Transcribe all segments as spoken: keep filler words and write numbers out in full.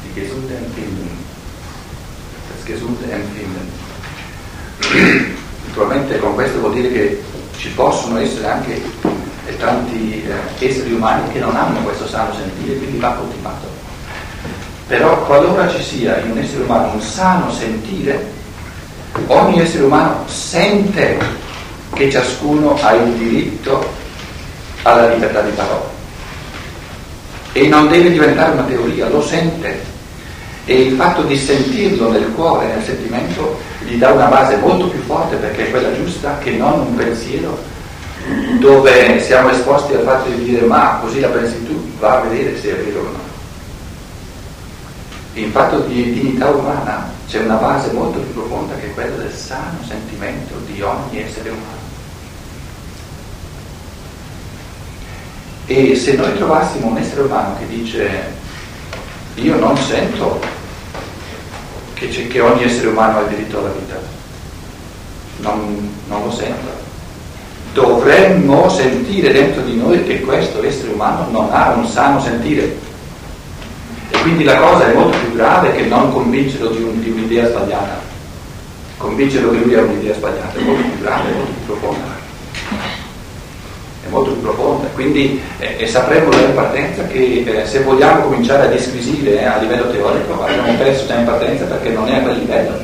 die gesunde Empfindung, das gesunde Empfinden. Naturalmente con questo vuol dire che ci possono essere anche tanti eh, esseri umani che non hanno questo sano sentire, quindi va coltivato. Però qualora ci sia in un essere umano un sano sentire, ogni essere umano sente che ciascuno ha il diritto alla libertà di parola. E non deve diventare una teoria, lo sente. E il fatto di sentirlo nel cuore, nel sentimento, gli dà una base molto più forte, perché è quella giusta, che non un pensiero dove siamo esposti al fatto di dire ma così la pensi tu, va a vedere se è vero o no. In fatto di dignità umana c'è una base molto più profonda che è quella del sano sentimento di ogni essere umano. E se noi trovassimo un essere umano che dice io non sento che, c'è, che ogni essere umano ha il diritto alla vita, non, non lo sento, dovremmo sentire dentro di noi che questo essere umano non ha un sano sentire, e quindi la cosa è molto più grave che non convincerlo di, un, di un'idea sbagliata. Convincerlo che lui ha un'idea sbagliata è molto più grave, è molto più profonda, è molto più profonda. Quindi eh, e sapremo da in partenza che eh, se vogliamo cominciare a disquisire eh, a livello teorico abbiamo perso già in partenza, perché non è a quel livello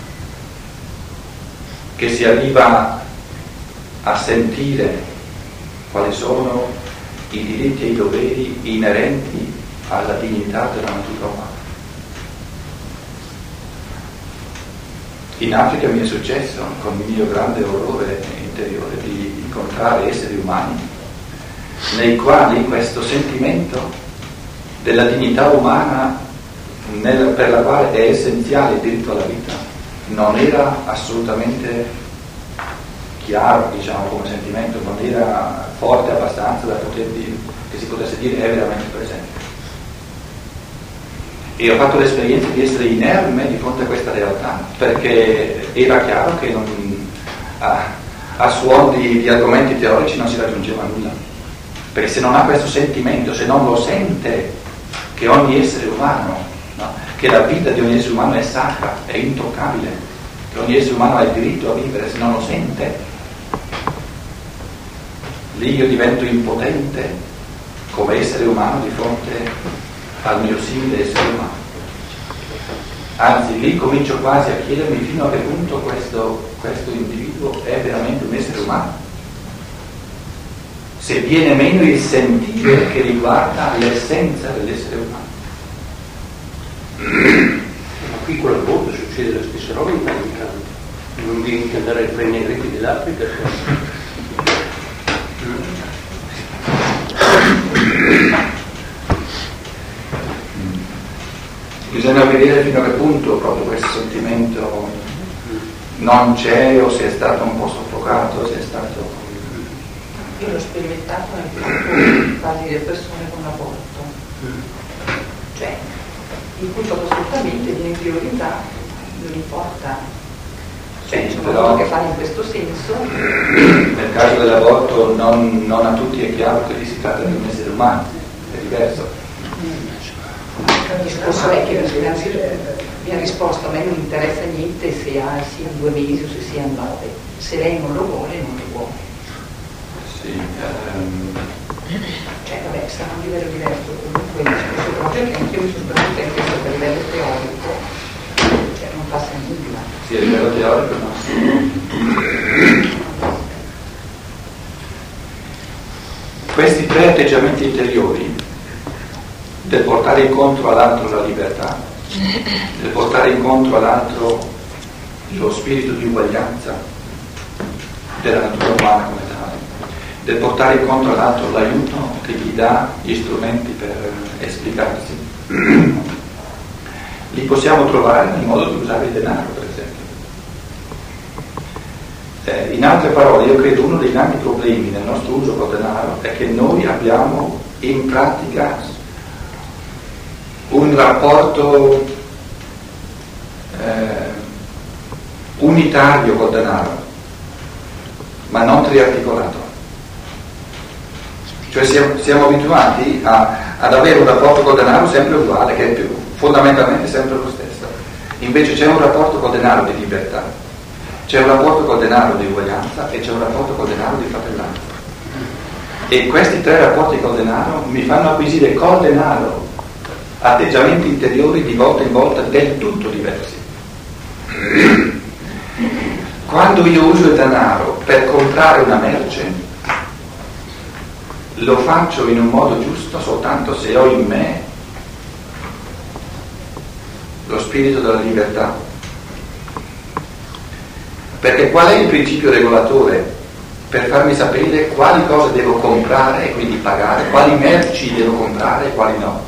che si arriva a sentire quali sono i diritti e i doveri inerenti alla dignità della natura umana. In Africa mi è successo, con il mio grande orrore interiore, di incontrare esseri umani nei quali questo sentimento della dignità umana, nel, per la quale è essenziale il diritto alla vita, non era assolutamente chiaro, diciamo, come sentimento, non era forte abbastanza da poter dire, che si potesse dire è veramente presente. E ho fatto l'esperienza di essere inerme di fronte a questa realtà, perché era chiaro che non, a, a suon di, di argomenti teorici non si raggiungeva nulla. Perché se non ha questo sentimento, se non lo sente che ogni essere umano, no, che la vita di ogni essere umano è sacra, è intoccabile, che ogni essere umano ha il diritto a vivere, se non lo sente, lì io divento impotente come essere umano di fronte al mio simile essere umano. Anzi, lì comincio quasi a chiedermi fino a che punto questo, questo individuo è veramente un essere umano, se viene meno il sentire che riguarda l'essenza dell'essere umano. Ma qui con la volta succede la stessa roba in tanti campi. Non devi mica andare ai premi agricoli dell'Africa. Bisogna vedere fino a che punto proprio questo sentimento non c'è, o se è stato un po' soffocato, se è stato... Io l'ho sperimentato nel caso di persone con aborto, cioè in cui assolutamente viene priorità, non importa, cioè c'è però, che fare in questo senso. Nel caso dell'aborto non, non a tutti è chiaro che lì si tratta di un essere umano, è diverso. Il discorso è che mi ha risposto: a me non interessa niente se ha sia due mesi o se sia nove, se lei non lo vuole non lo vuole. Sì, um... cioè vabbè, sarà a un livello diverso comunque il discorso proprio, che anche io mi sono sbagliata anche questo a livello teorico, cioè non passa nulla. Sì, a livello teorico no. Questi tre atteggiamenti interiori, del portare incontro all'altro la libertà, del portare incontro all'altro lo spirito di uguaglianza della natura umana come tale, del portare incontro all'altro l'aiuto che gli dà gli strumenti per esplicarsi, li possiamo trovare nel modo di usare il denaro, per esempio. Eh, in altre parole, io credo uno dei grandi problemi nel nostro uso col denaro è che noi abbiamo in pratica un rapporto eh, unitario col denaro, ma non triarticolato. Cioè siamo, siamo abituati a, ad avere un rapporto col denaro sempre uguale, che è più fondamentalmente sempre lo stesso. Invece c'è un rapporto col denaro di libertà, c'è un rapporto col denaro di uguaglianza e c'è un rapporto col denaro di fratellanza. E questi tre rapporti col denaro mi fanno acquisire col denaro atteggiamenti interiori di volta in volta del tutto diversi. Quando io uso il denaro per comprare una merce, lo faccio in un modo giusto soltanto se ho in me lo spirito della libertà. Perché qual è il principio regolatore per farmi sapere quali cose devo comprare e quindi pagare, quali merci devo comprare e quali no?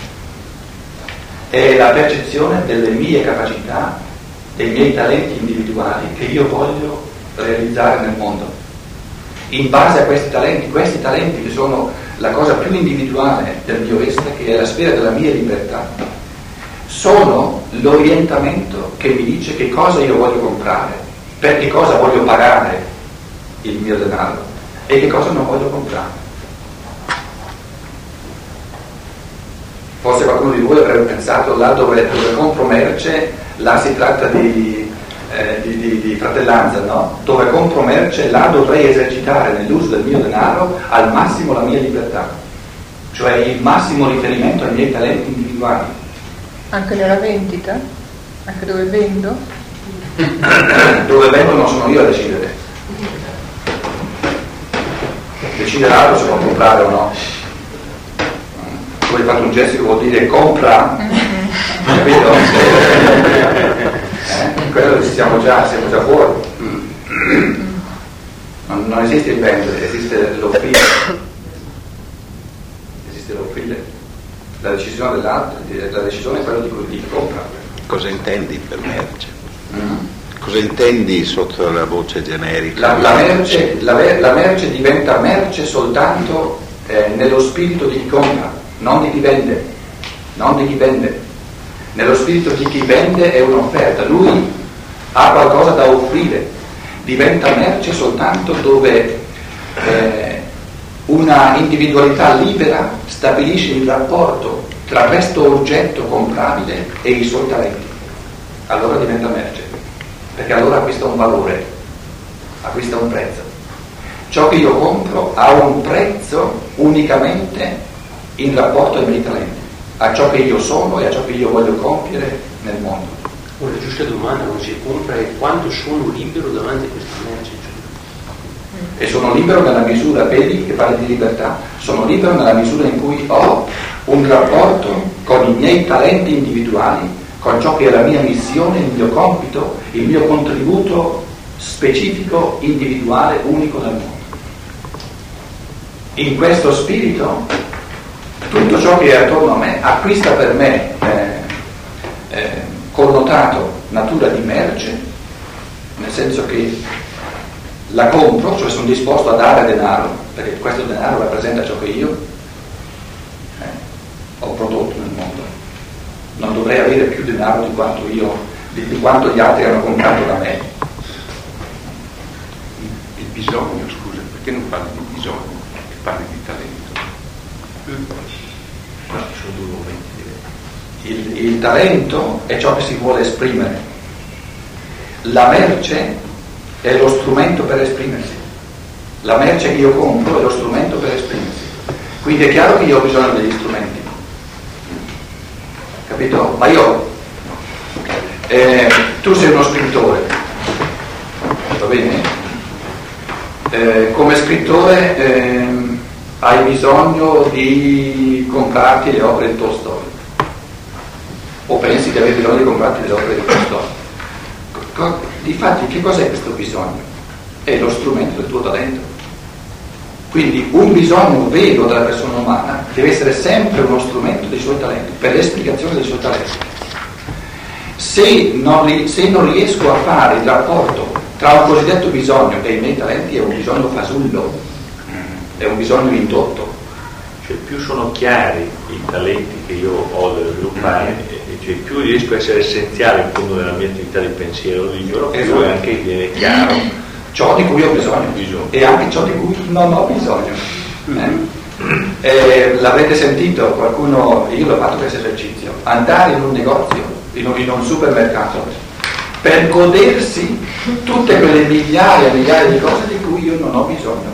È la percezione delle mie capacità, dei miei talenti individuali che io voglio realizzare nel mondo. In base a questi talenti, questi talenti che sono la cosa più individuale del mio essere, che è la sfera della mia libertà, sono l'orientamento che mi dice che cosa io voglio comprare, per che cosa voglio pagare il mio denaro e che cosa non voglio comprare. Forse qualcuno di voi avrebbe pensato là dove, dove compro merce, là si tratta di, eh, di, di, di fratellanza, no? Dove compro merce, là dovrei esercitare nell'uso del mio denaro al massimo la mia libertà, cioè il massimo riferimento ai miei talenti individuali. Anche nella vendita? Anche dove vendo? Dove vendo non sono io a decidere. Decide l'altro se può comprare o no. Tu hai fatto un gesto che vuol dire compra, capito? Eh, quello siamo già, siamo già fuori. Non, non esiste il vendere, esiste l'offrire. Esiste l'offrire. La decisione dell'altro, la decisione è quella di chi compra. Cosa intendi per merce? Mm. Cosa intendi sotto la voce generica? La, la, merce, la, la merce diventa merce soltanto eh, nello spirito di chi compra, non di chi vende, non di chi vende. Nello spirito di chi vende è un'offerta, lui ha qualcosa da offrire, diventa merce soltanto dove eh, una individualità libera stabilisce il rapporto tra questo oggetto comprabile e i suoi talenti. Allora diventa merce, perché allora acquista un valore, acquista un prezzo. Ciò che io compro ha un prezzo unicamente in rapporto ai miei talenti, a ciò che io sono e a ciò che io voglio compiere nel mondo. Oh, la giusta domanda non si compra è quanto sono libero davanti a questa merce. E sono libero nella misura, vedi che parli di libertà, sono libero nella misura in cui ho un rapporto con i miei talenti individuali, con ciò che è la mia missione, il mio compito, il mio contributo specifico, individuale, unico nel mondo. In questo spirito tutto ciò che è attorno a me acquista per me eh, eh, connotato natura di merce, nel senso che la compro, cioè sono disposto a dare denaro, perché questo denaro rappresenta ciò che io eh, ho prodotto nel mondo. Non dovrei avere più denaro di quanto io, di, di quanto gli altri hanno comprato da me. Il bisogno, scusa, perché non parli di bisogno, che parli di talento? Questi sono due momenti diversi. Il, il talento è ciò che si vuole esprimere. La merce è lo strumento per esprimersi. La merce che io compro è lo strumento per esprimersi. Quindi è chiaro che io ho bisogno degli strumenti. Capito? Ma io, eh, tu sei uno scrittore, va bene? Eh, come scrittore eh, hai bisogno di comprarti le opere di Tolstoj, o pensi di avere bisogno di comprarti le opere di Tolstoj. Difatti, che cos'è questo bisogno? È lo strumento del tuo talento. Quindi un bisogno vero della persona umana deve essere sempre uno strumento dei suoi talenti, per l'esplicazione dei suoi talenti. Se non, se non riesco a fare il rapporto tra un cosiddetto bisogno e i miei talenti, è un bisogno fasullo, è un bisogno indotto. Cioè più sono chiari i talenti che io ho da sviluppare, mm-hmm. cioè più riesco a essere essenziale in fondo nella mia attività di pensiero di giorno, più esatto. Anche viene chiaro ciò di cui ho bisogno, bisogno e anche ciò di cui non ho bisogno. Eh? Eh, l'avrete sentito, qualcuno, io l'ho fatto questo esercizio, andare in un negozio, in un, in un supermercato, per godersi tutte quelle migliaia e migliaia di cose di cui io non ho bisogno.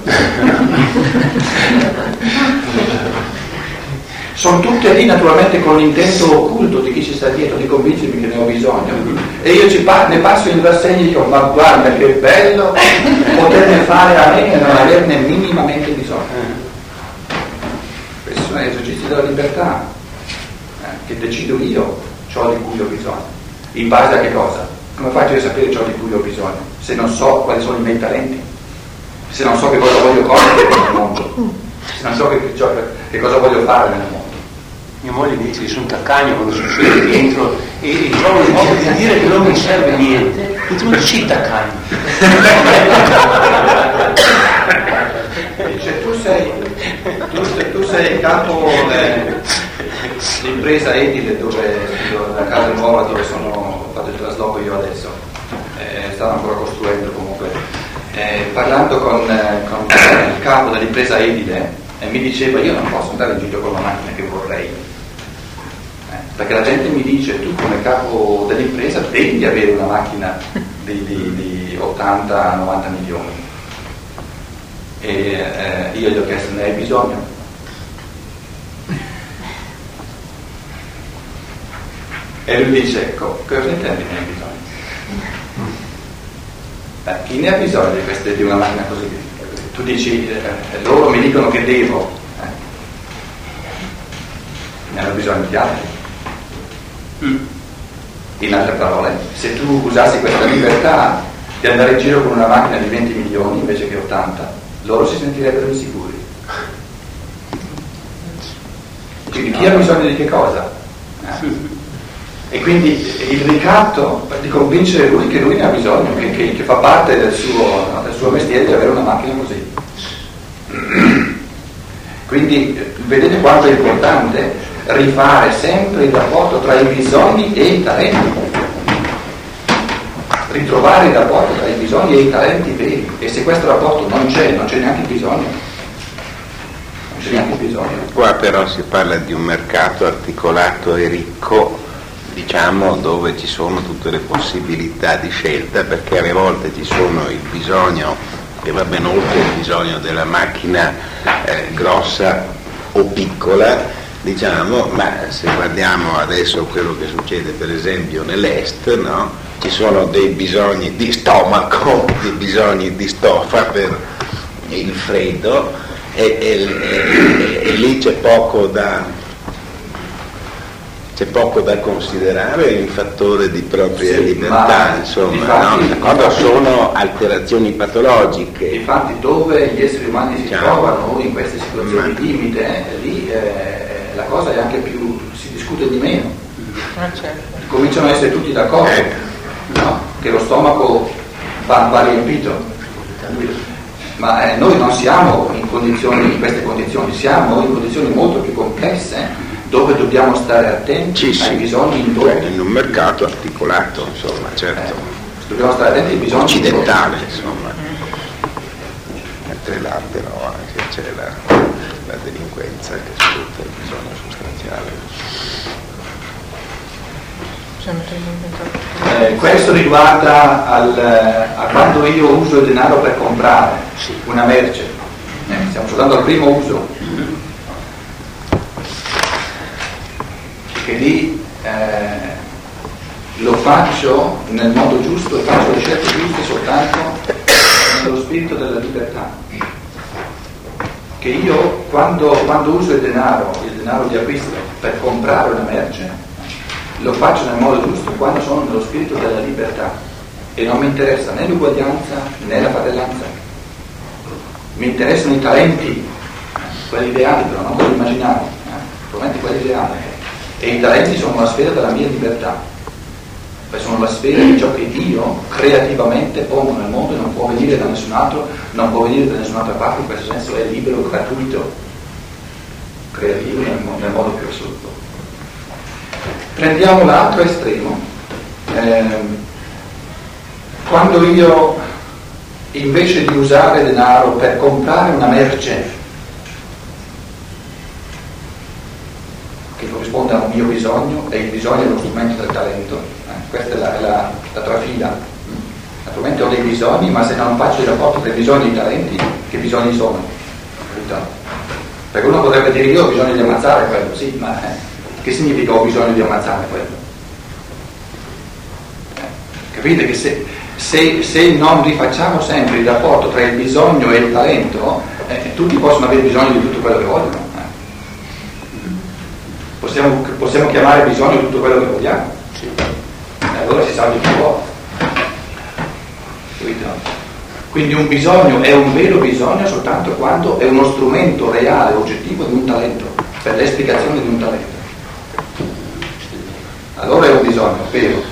Sono tutte lì naturalmente con l'intento occulto di chi ci sta dietro, di convincermi che ne ho bisogno. E io ci pa- ne passo in rassegna e dico, ma guarda che bello poterne fare a me e non averne minimamente bisogno. Questi sono gli esercizi della libertà, eh, che decido io ciò di cui ho bisogno. In base a che cosa? Come faccio a sapere ciò di cui ho bisogno? Se non so quali sono i miei talenti, se non so che cosa voglio cogliere nel mondo, se non so che, cioè, che cosa voglio fare nel mondo. Mia moglie mi dice che sono taccagno quando succede rientro e, e trovo il modo di dire che non mi serve niente. E tu mi dici sì, taccagno. Dice, tu sei, tu, tu sei il capo dell'impresa edile dove, la casa nuova dove sono, ho fatto il trasloco io adesso, eh, stanno ancora costruendo comunque. Eh, parlando con, eh, con il capo dell'impresa edile, eh, mi diceva io non posso andare in giro con la macchina che vorrei, eh, perché la gente mi dice tu come capo dell'impresa devi avere una macchina di, di, di ottanta novanta milioni e eh, io gli ho chiesto ne hai bisogno? E lui dice cosa intendi ne hai bisogno? Eh, chi ne ha bisogno di, queste, di una macchina così? Tu dici, eh, loro mi dicono che devo, eh. Ne hanno bisogno di altri. Mm. In altre parole, se tu usassi questa libertà di andare in giro con una macchina di venti milioni invece che ottanta, loro si sentirebbero insicuri. Quindi chi ha bisogno di che cosa? Eh. E quindi il ricatto di convincere lui che lui ne ha bisogno, che, che, che fa parte del suo, no, del suo mestiere di avere una macchina così. Quindi vedete quanto è importante rifare sempre il rapporto tra i bisogni e i talenti, ritrovare il rapporto tra i bisogni e i talenti veri. E se questo rapporto non c'è, non c'è neanche bisogno. Non c'è neanche bisogno. Qua però si parla di un mercato articolato e ricco, diciamo, dove ci sono tutte le possibilità di scelta, perché alle volte ci sono il bisogno che va ben oltre il bisogno della macchina eh, grossa o piccola, diciamo, ma se guardiamo adesso quello che succede per esempio nell'est, no? Ci sono dei bisogni di stomaco, dei bisogni di stoffa per il freddo e, e, e, e lì c'è poco da c'è poco da considerare in fattore di propria sì, libertà, insomma, infatti, no? Quando sono alterazioni patologiche. Infatti dove gli esseri umani si diciamo, trovano in queste situazioni di limite, eh, lì eh, la cosa è anche più, si discute di meno. Ah, certo. Cominciano ad essere tutti d'accordo, eh. no? Che lo stomaco va, va riempito. Ma eh, noi non siamo in condizioni, in queste condizioni, siamo in condizioni molto più complesse, dove dobbiamo stare attenti sì, ai sì. bisogni indotti. In un mercato articolato, insomma, certo. Eh, dobbiamo stare attenti ai bisogni occidentale, insomma. Mentre là però anche c'è la, la delinquenza che sfrutta il bisogno sostanziale. Eh, questo riguarda al, a quando io uso il denaro per comprare una merce. Eh, stiamo giocando al primo uso. Che lì eh, lo faccio nel modo giusto e faccio le scelte giuste soltanto nello spirito della libertà. Che io quando, quando uso il denaro, il denaro di acquisto per comprare una merce, lo faccio nel modo giusto quando sono nello spirito della libertà e non mi interessa né l'uguaglianza né la fratellanza. Mi interessano i talenti, quelli ideali però, non quelli immaginari, eh? probabilmente quelli ideali. E i talenti sono la sfera della mia libertà, perché sono la sfera di ciò che Dio creativamente pongo nel mondo e non può venire da nessun altro, non può venire da nessun'altra parte, in questo senso è libero, gratuito, creativo nel, nel modo più assoluto. Prendiamo l'altro estremo, eh, quando io invece di usare denaro per comprare una merce, bisogno e il bisogno è lo strumento del talento. Eh, questa è la, è la, la trafila. Naturalmente ho dei bisogni, ma se non faccio il rapporto tra i bisogni e i talenti, che bisogni sono? Perché uno potrebbe dire io ho bisogno di ammazzare quello, sì, ma eh, che significa ho bisogno di ammazzare quello? Eh, capite che se, se, se non rifacciamo sempre il rapporto tra il bisogno e il talento, eh, tutti possono avere bisogno di tutto quello che vogliono. Eh. Possiamo, possiamo chiamare bisogno tutto quello che vogliamo. Sì. E allora si salva più volte. Quindi un bisogno è un vero bisogno soltanto quando è uno strumento reale, oggettivo di un talento, per l'esplicazione di un talento. Allora è un bisogno vero.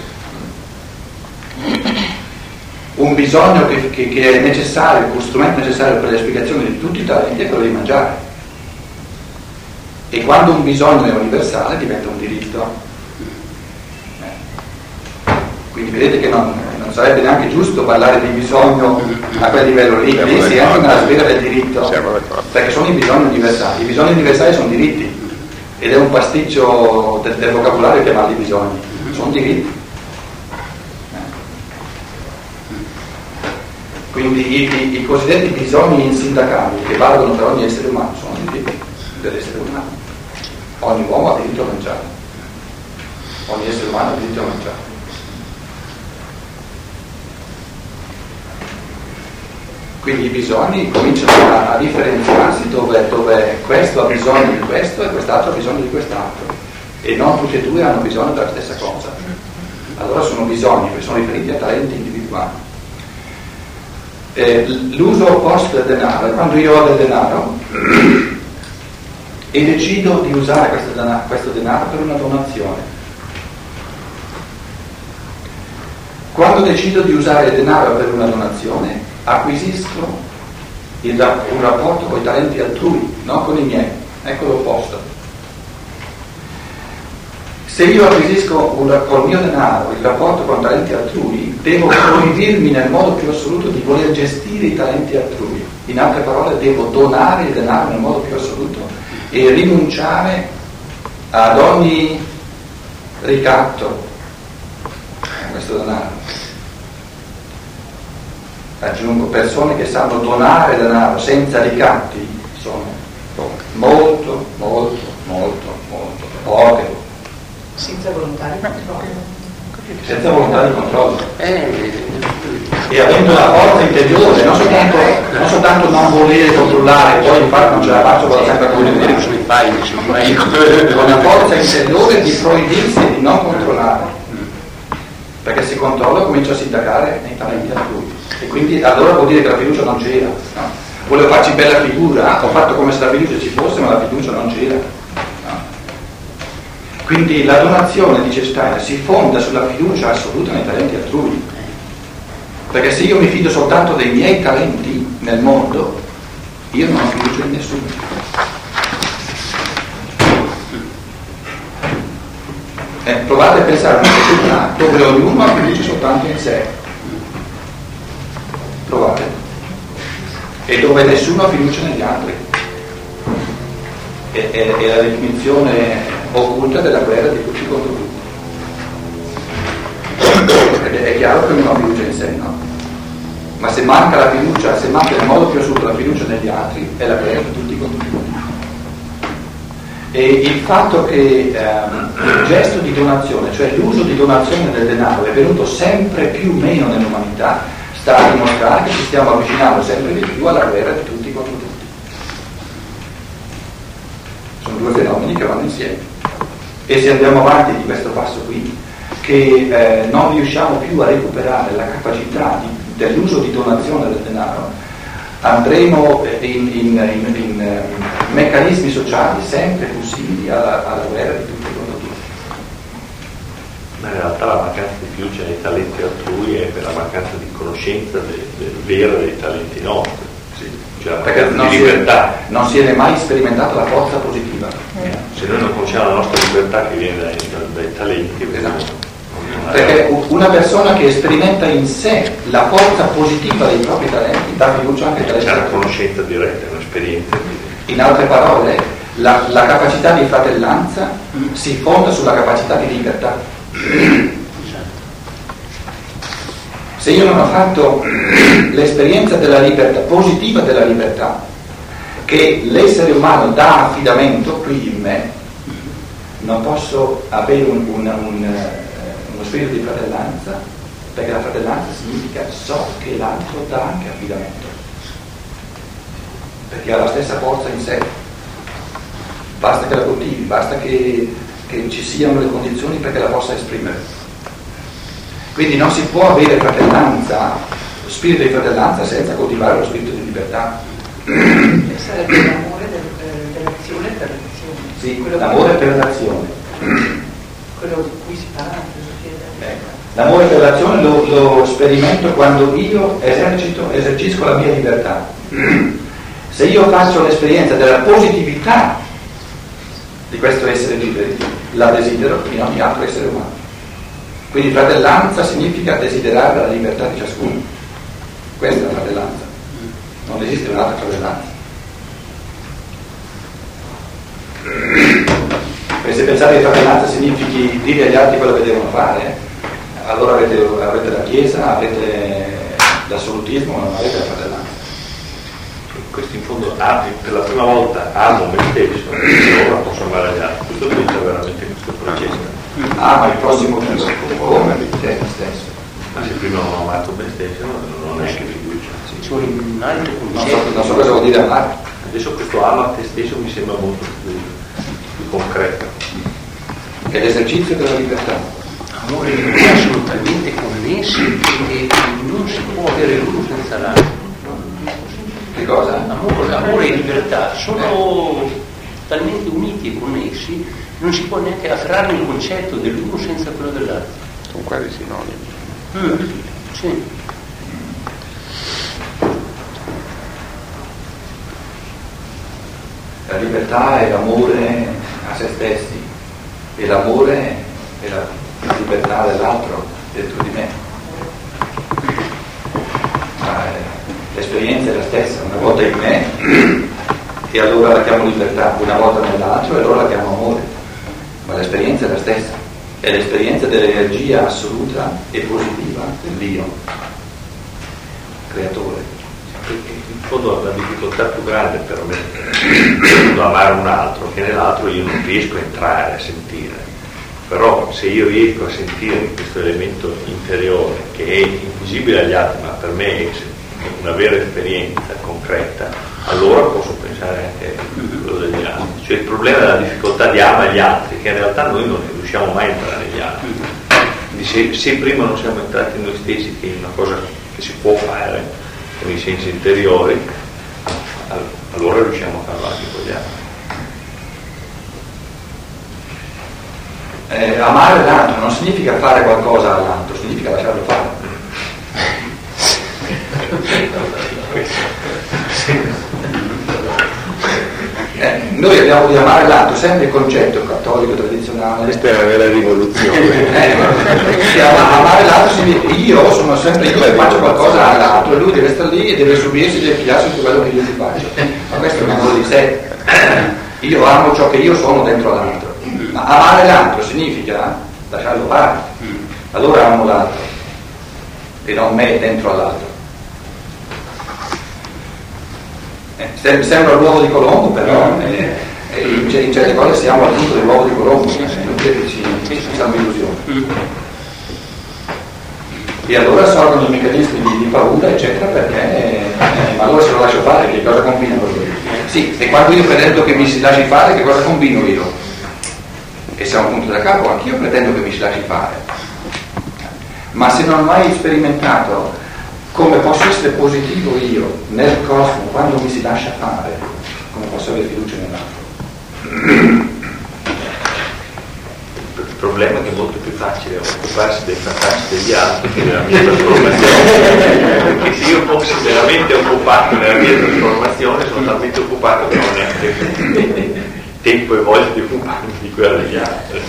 Un bisogno che, che, che è necessario, uno strumento necessario per l'esplicazione di tutti i talenti è quello di mangiare. E quando un bisogno è universale diventa un diritto. Quindi vedete che non, non sarebbe neanche giusto parlare di bisogno a quel livello lì, lì si entra nella sfera del diritto, perché sono i bisogni universali. I bisogni universali sono diritti, ed è un pasticcio del, del vocabolario chiamarli bisogni, sono diritti. Quindi i, i, i cosiddetti bisogni insindacabili che valgono per ogni essere umano sono diritti dell'essere umano. Ogni uomo ha diritto a mangiare, ogni essere umano ha diritto a mangiare. Quindi i bisogni cominciano a, a differenziarsi dove, dove questo ha bisogno di questo e quest'altro ha bisogno di quest'altro, e non tutti e due hanno bisogno della stessa cosa. Allora sono bisogni che sono riferiti a talenti individuali. Eh, l'uso opposto del denaro è quando io ho del denaro e decido di usare questo denaro, questo denaro per una donazione. Quando decido di usare il denaro per una donazione, acquisisco il, un rapporto con i talenti altrui, non con i miei. Ecco l'opposto. Se io acquisisco un, col mio denaro il rapporto con talenti altrui, devo proibirmi nel modo più assoluto di voler gestire i talenti altrui. In altre parole, devo donare il denaro nel modo più assoluto e rinunciare ad ogni ricatto a questo denaro. Aggiungo, persone che sanno donare denaro senza ricatti sono molto, molto, molto, molto poche. Senza volontà di controllo. Senza volontà di controllo. Eh, E avendo la forza interiore, non soltanto, non soltanto non volere controllare, poi infatti non ce la faccio, vado sempre a vedere che sono i file, con la forza interiore di proibirsi e di non controllare. Perché se controllo comincio a sindacare nei talenti altrui. E quindi allora vuol dire che la fiducia non c'era, no? Volevo farci bella figura, ho fatto come se la fiducia ci fosse, ma la fiducia non c'era, no? Quindi la donazione, dice Steiner, si fonda sulla fiducia assoluta nei talenti altrui, perché se io mi fido soltanto dei miei talenti nel mondo, io non ho fiducia in nessuno. Eh, provate a pensare a una società dove ognuno ha fiducia soltanto in sé. Provate. E dove nessuno ha fiducia negli altri. È, è, è la definizione occulta della guerra di tutti contro tutti. Ed è chiaro che ognuno ha fiducia in sé, no? Ma se manca la fiducia, se manca nel modo più assoluto la fiducia negli altri, è la guerra di tutti contro tutti. E il fatto che ehm, il gesto di donazione, cioè l'uso di donazione del denaro, è venuto sempre più meno nell'umanità, sta a dimostrare che ci stiamo avvicinando sempre di più alla guerra di tutti contro tutti. Sono due fenomeni che vanno insieme. E se andiamo avanti di questo passo qui, che eh, non riusciamo più a recuperare la capacità di, dell'uso di donazione del denaro, andremo in, in, in, in uh, meccanismi sociali sempre più simili alla, alla guerra di tutti contro tutti. Ma in realtà la mancanza di fiducia nei talenti altrui è per la mancanza di conoscenza del, del vero dei talenti nostri, sì. Cioè la perché non di si, libertà. Non si è mai sperimentato la forza positiva. Eh. Se noi non conosciamo la nostra libertà che viene dai, dai talenti, esatto. Perché una persona che sperimenta in sé la forza positiva dei propri talenti dà fiducia anche ai talenti. C'è una conoscenza diretta, un'esperienza. In altre parole, La, la capacità di fratellanza si fonda sulla capacità di libertà. Se io non ho fatto l'esperienza della libertà, positiva della libertà, che l'essere umano dà affidamento qui in me, non posso avere un, un, un, uno spirito di fratellanza, perché la fratellanza significa so che l'altro dà anche affidamento, perché ha la stessa forza in sé, basta che la coltivi, basta che, che ci siano le condizioni perché la possa esprimere. Quindi non si può avere fratellanza, lo spirito di fratellanza, senza coltivare lo spirito di libertà. Sarebbe l'amore del, dell'azione per l'azione. Sì, quello l'amore che, per l'azione. Quello di cui si parla nella filosofia della Ecco. L'amore per l'azione lo, lo sperimento quando io esercito, esercisco la mia libertà. Se io faccio l'esperienza della positività di questo essere liberi, la desidero in ogni altro essere umano. Quindi fratellanza significa desiderare la libertà di ciascuno. Questa è la fratellanza. Non esiste un'altra fratellanza. E se pensate che fratellanza significhi dire agli altri quello che devono fare, allora avete, avete la Chiesa, avete l'assolutismo, ma non avete la fratellanza. Questo in fondo, ah, per la prima volta amo me stesso e ora posso amare gli altri. Questo diventa veramente questo processo. Ah, ma il prossimo chiuso come te stesso. Ma se prima non ho amato me stesso, non è che fiducia. Ci vuole un altro Non concetto. so, non so cosa vuol dire amare. Adesso questo ama a te stesso mi sembra molto più, più concreto. È l'esercizio della libertà. Amore e libertà sono talmente connessi che non si può avere l'uno senza l'altro. Che cosa? Amore, amore e libertà sono talmente uniti e connessi che non si può neanche afferrare il concetto dell'uno senza quello dell'altro. Sono quasi sinonimi. Mm, sì. La libertà è l'amore a se stessi e l'amore è la, la libertà dell'altro dentro di me. Ma l'esperienza è la stessa, una volta in me e allora la chiamo libertà, una volta nell'altro e allora la chiamo amore, ma l'esperienza è la stessa, è l'esperienza dell'energia assoluta e positiva dell'io, creatore. In fondo la difficoltà più grande per me è amare un altro, che nell'altro io non riesco a entrare, a sentire. Però se io riesco a sentire questo elemento interiore che è invisibile agli altri, ma per me è una vera esperienza concreta, allora posso pensare anche a quello degli altri. Cioè il problema è la difficoltà di amare gli altri, che in realtà noi non ne riusciamo mai a entrare negli altri. Quindi se, se prima non siamo entrati in noi stessi, che è una cosa che si può fare con i sensi interiori, allora riusciamo a farlo anche con gli altri. Eh, amare l'altro non significa fare qualcosa all'altro, significa lasciarlo fare. Eh, noi abbiamo di amare l'altro sempre il concetto cattolico tradizionale. Questa è la vera rivoluzione. Eh, che ama- amare l'altro significa io sono sempre io e faccio qualcosa all'altro e lui deve stare lì e deve subirsi, deve pigliarsi tutto quello che io gli faccio. Ma questo è un amore di sé. Io amo ciò che io sono dentro l'altro. Ma amare l'altro significa lasciarlo fare. Allora amo l'altro e non me dentro all'altro. Eh, sembra l'uovo di Colombo, però eh, eh, in, in certe cose siamo al punto dell'uovo di Colombo, eh, non credo che ci facciamo illusioni. E allora sorgono i meccanismi di, di paura, eccetera, perché eh, ma allora se lo lascio fare, che cosa combino con lui? Sì, e quando io pretendo che mi si lasci fare, che cosa combino io? E siamo un punto da capo, anch'io pretendo che mi si lasci fare. Ma se non ho mai sperimentato come posso essere positivo io nel cosmo quando mi si lascia fare, come posso avere fiducia nell'altro? Il problema è che è molto più facile occuparsi dei fantasti degli altri che della mia trasformazione, perché se io fossi veramente occupato nella mia trasformazione sono talmente occupato che non ho neanche tempo e voglia di occuparmi di quella degli altri.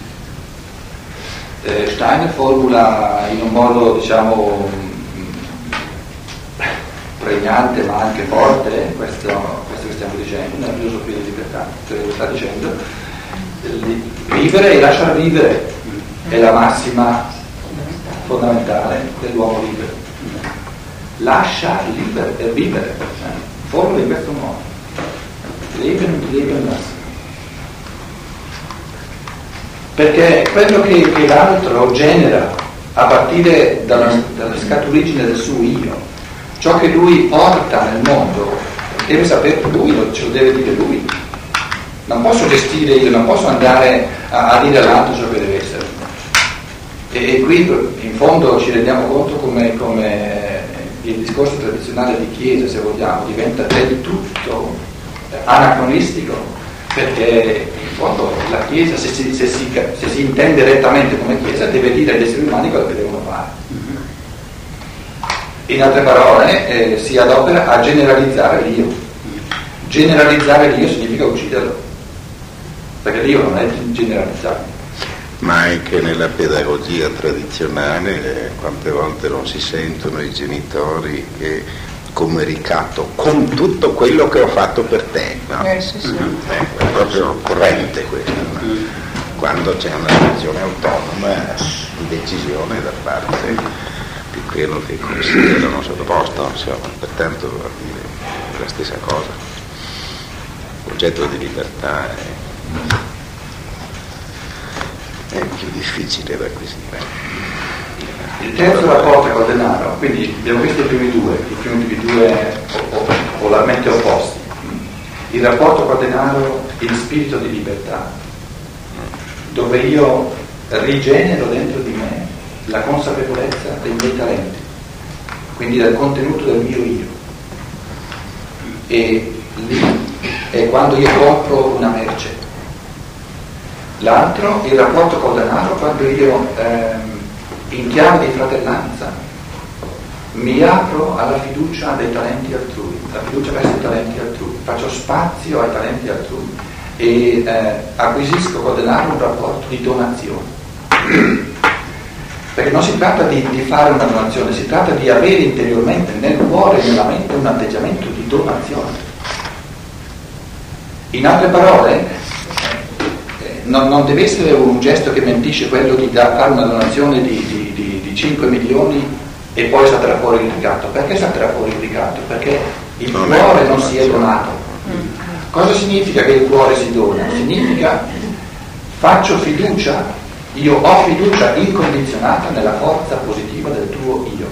Eh, Steiner formula in un modo, diciamo, pregnante ma anche forte questo, questa stiamo dicendo, nella filosofia di libertà, cioè sta dicendo vivere e lasciar vivere è la massima fondamentale dell'uomo libero. Lascia libero e vivere, eh? Formula in questo modo. Leben und leben lassen. Perché quello che, che l'altro genera a partire dalla, dalla scaturigine del suo io, ciò che lui porta nel mondo, deve saperlo lui, ce lo deve dire lui. Non posso gestire io, non posso andare a, a dire all'altro ciò che deve essere. E, e qui in fondo ci rendiamo conto come, come il discorso tradizionale di Chiesa, se vogliamo, diventa del tutto anacronistico, perché in fondo la Chiesa, se si, se si, se si intende rettamente come Chiesa, deve dire agli esseri umani quello che devono fare. In altre parole, eh, si adopera a generalizzare l'io. Generalizzare l'io significa ucciderlo, perché l'io non è generalizzabile. Ma anche nella pedagogia tradizionale eh, quante volte non si sentono i genitori che come ricatto con tutto quello che ho fatto per te, no? Eh, sì, sì. Eh, è proprio corrente questo, no? Quando c'è una decisione autonoma di decisione da parte di quello che considerano sottoposto, insomma, pertanto vuol dire la stessa cosa. Il concetto di libertà è, è più difficile da acquisire. Il terzo rapporto col denaro, quindi abbiamo visto i primi due, i primi due polarmente opposti. Il rapporto col denaro in spirito di libertà, dove io rigenero dentro di me la consapevolezza dei miei talenti, quindi del contenuto del mio io. E lì è quando io compro una merce. L'altro, il rapporto col denaro, quando io ehm, in chiave di fratellanza mi apro alla fiducia dei talenti altrui, la fiducia verso i talenti altrui, faccio spazio ai talenti altrui e eh, acquisisco col denaro un rapporto di donazione. Perché non si tratta di, di fare una donazione, si tratta di avere interiormente nel cuore e nella mente un atteggiamento di donazione. In altre parole, Non, non deve essere un gesto che mentisce quello di da, fare una donazione di, di, di, di cinque milioni e poi salterà fuori il ricatto. Perché salterà fuori il ricatto? Perché il non cuore non si è donato. Cosa significa che il cuore si dona? Significa faccio fiducia, io ho fiducia incondizionata nella forza positiva del tuo io.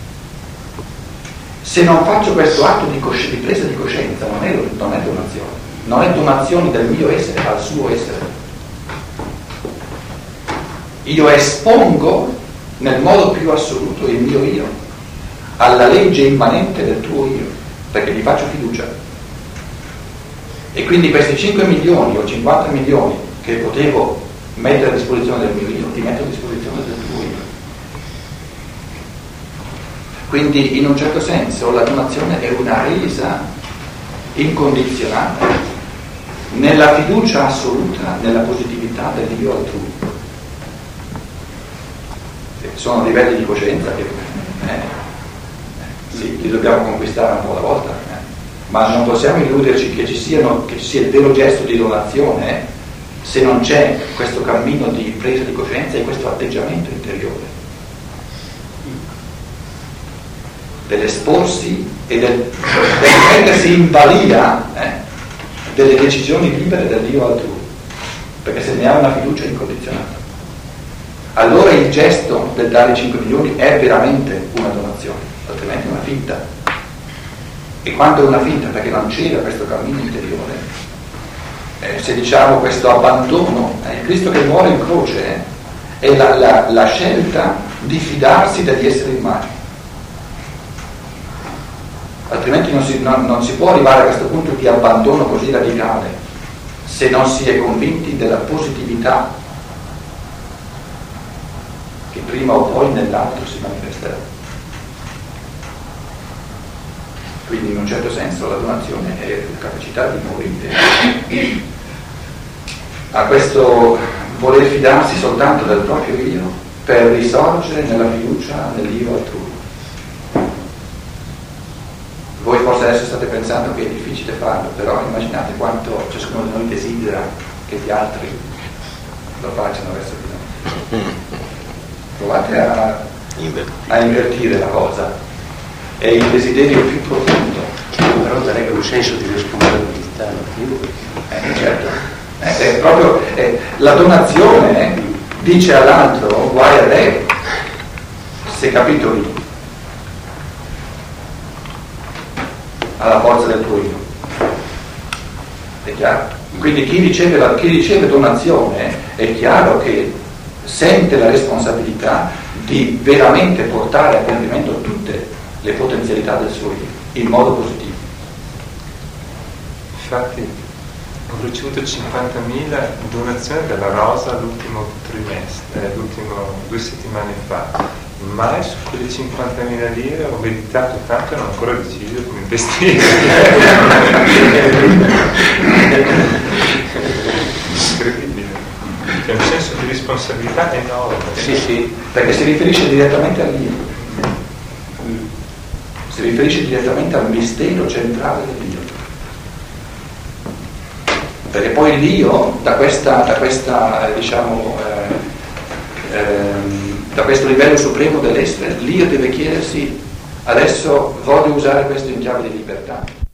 Se non faccio questo atto di, cosci- di presa di coscienza non è, non è donazione, non è donazione del mio essere al suo essere. Io espongo nel modo più assoluto il mio io alla legge immanente del tuo io, perché gli faccio fiducia. E quindi questi cinque milioni o cinquanta milioni che potevo mettere a disposizione del mio io, ti metto a disposizione del tuo io. Quindi in un certo senso la donazione è una resa incondizionata nella fiducia assoluta nella positività dell'io altrui. Sono livelli di coscienza che eh, sì, li dobbiamo conquistare un po' alla volta, eh. Ma non possiamo illuderci che ci, siano, che ci sia il vero gesto di donazione eh, se non c'è questo cammino di presa di coscienza e questo atteggiamento interiore dell'esporsi e del, del prendersi in balia eh, delle decisioni libere dell'io altrui, perché se ne ha una fiducia incondizionata, allora il gesto del dare cinque milioni è veramente una donazione, altrimenti è una finta. E quando è una finta, perché non c'era questo cammino interiore, eh, se diciamo questo abbandono, eh, il Cristo che muore in croce eh, è la, la, la scelta di fidarsi degli esseri umani. Altrimenti non si, non, non si può arrivare a questo punto di abbandono così radicale se non si è convinti della positività che prima o poi nell'altro si manifesterà. Quindi in un certo senso la donazione è la capacità di morire a questo voler fidarsi soltanto del proprio io per risorgere nella fiducia nell'io altrui. Voi forse adesso state pensando che è difficile farlo, però immaginate quanto ciascuno di noi desidera che gli altri lo facciano verso di noi. Provate a, a invertire la cosa. È il desiderio più profondo. Però darebbe un senso di responsabilità. Eh, certo. Eh, è proprio eh, la donazione eh, dice all'altro guai a te se capitoli alla forza del tuo io. È chiaro? Quindi chi riceve, la, chi riceve donazione è chiaro che sente la responsabilità di veramente portare a compimento tutte le potenzialità del suo io in modo positivo. Infatti ho ricevuto cinquantamila donazioni dalla Rosa l'ultimo trimestre, l'ultimo due settimane fa. Mai su quelle cinquantamila lire ho meditato tanto e non ho ancora deciso come investire. Incredibile. C'è un senso di responsabilità enorme. Sì, sì, perché si riferisce direttamente all'io. Si riferisce direttamente al mistero centrale dell'io. Perché poi l'io, da questa, da questa eh, diciamo, eh, ehm, da questo livello supremo dell'essere, l'io deve chiedersi: adesso voglio usare questo in chiave di libertà.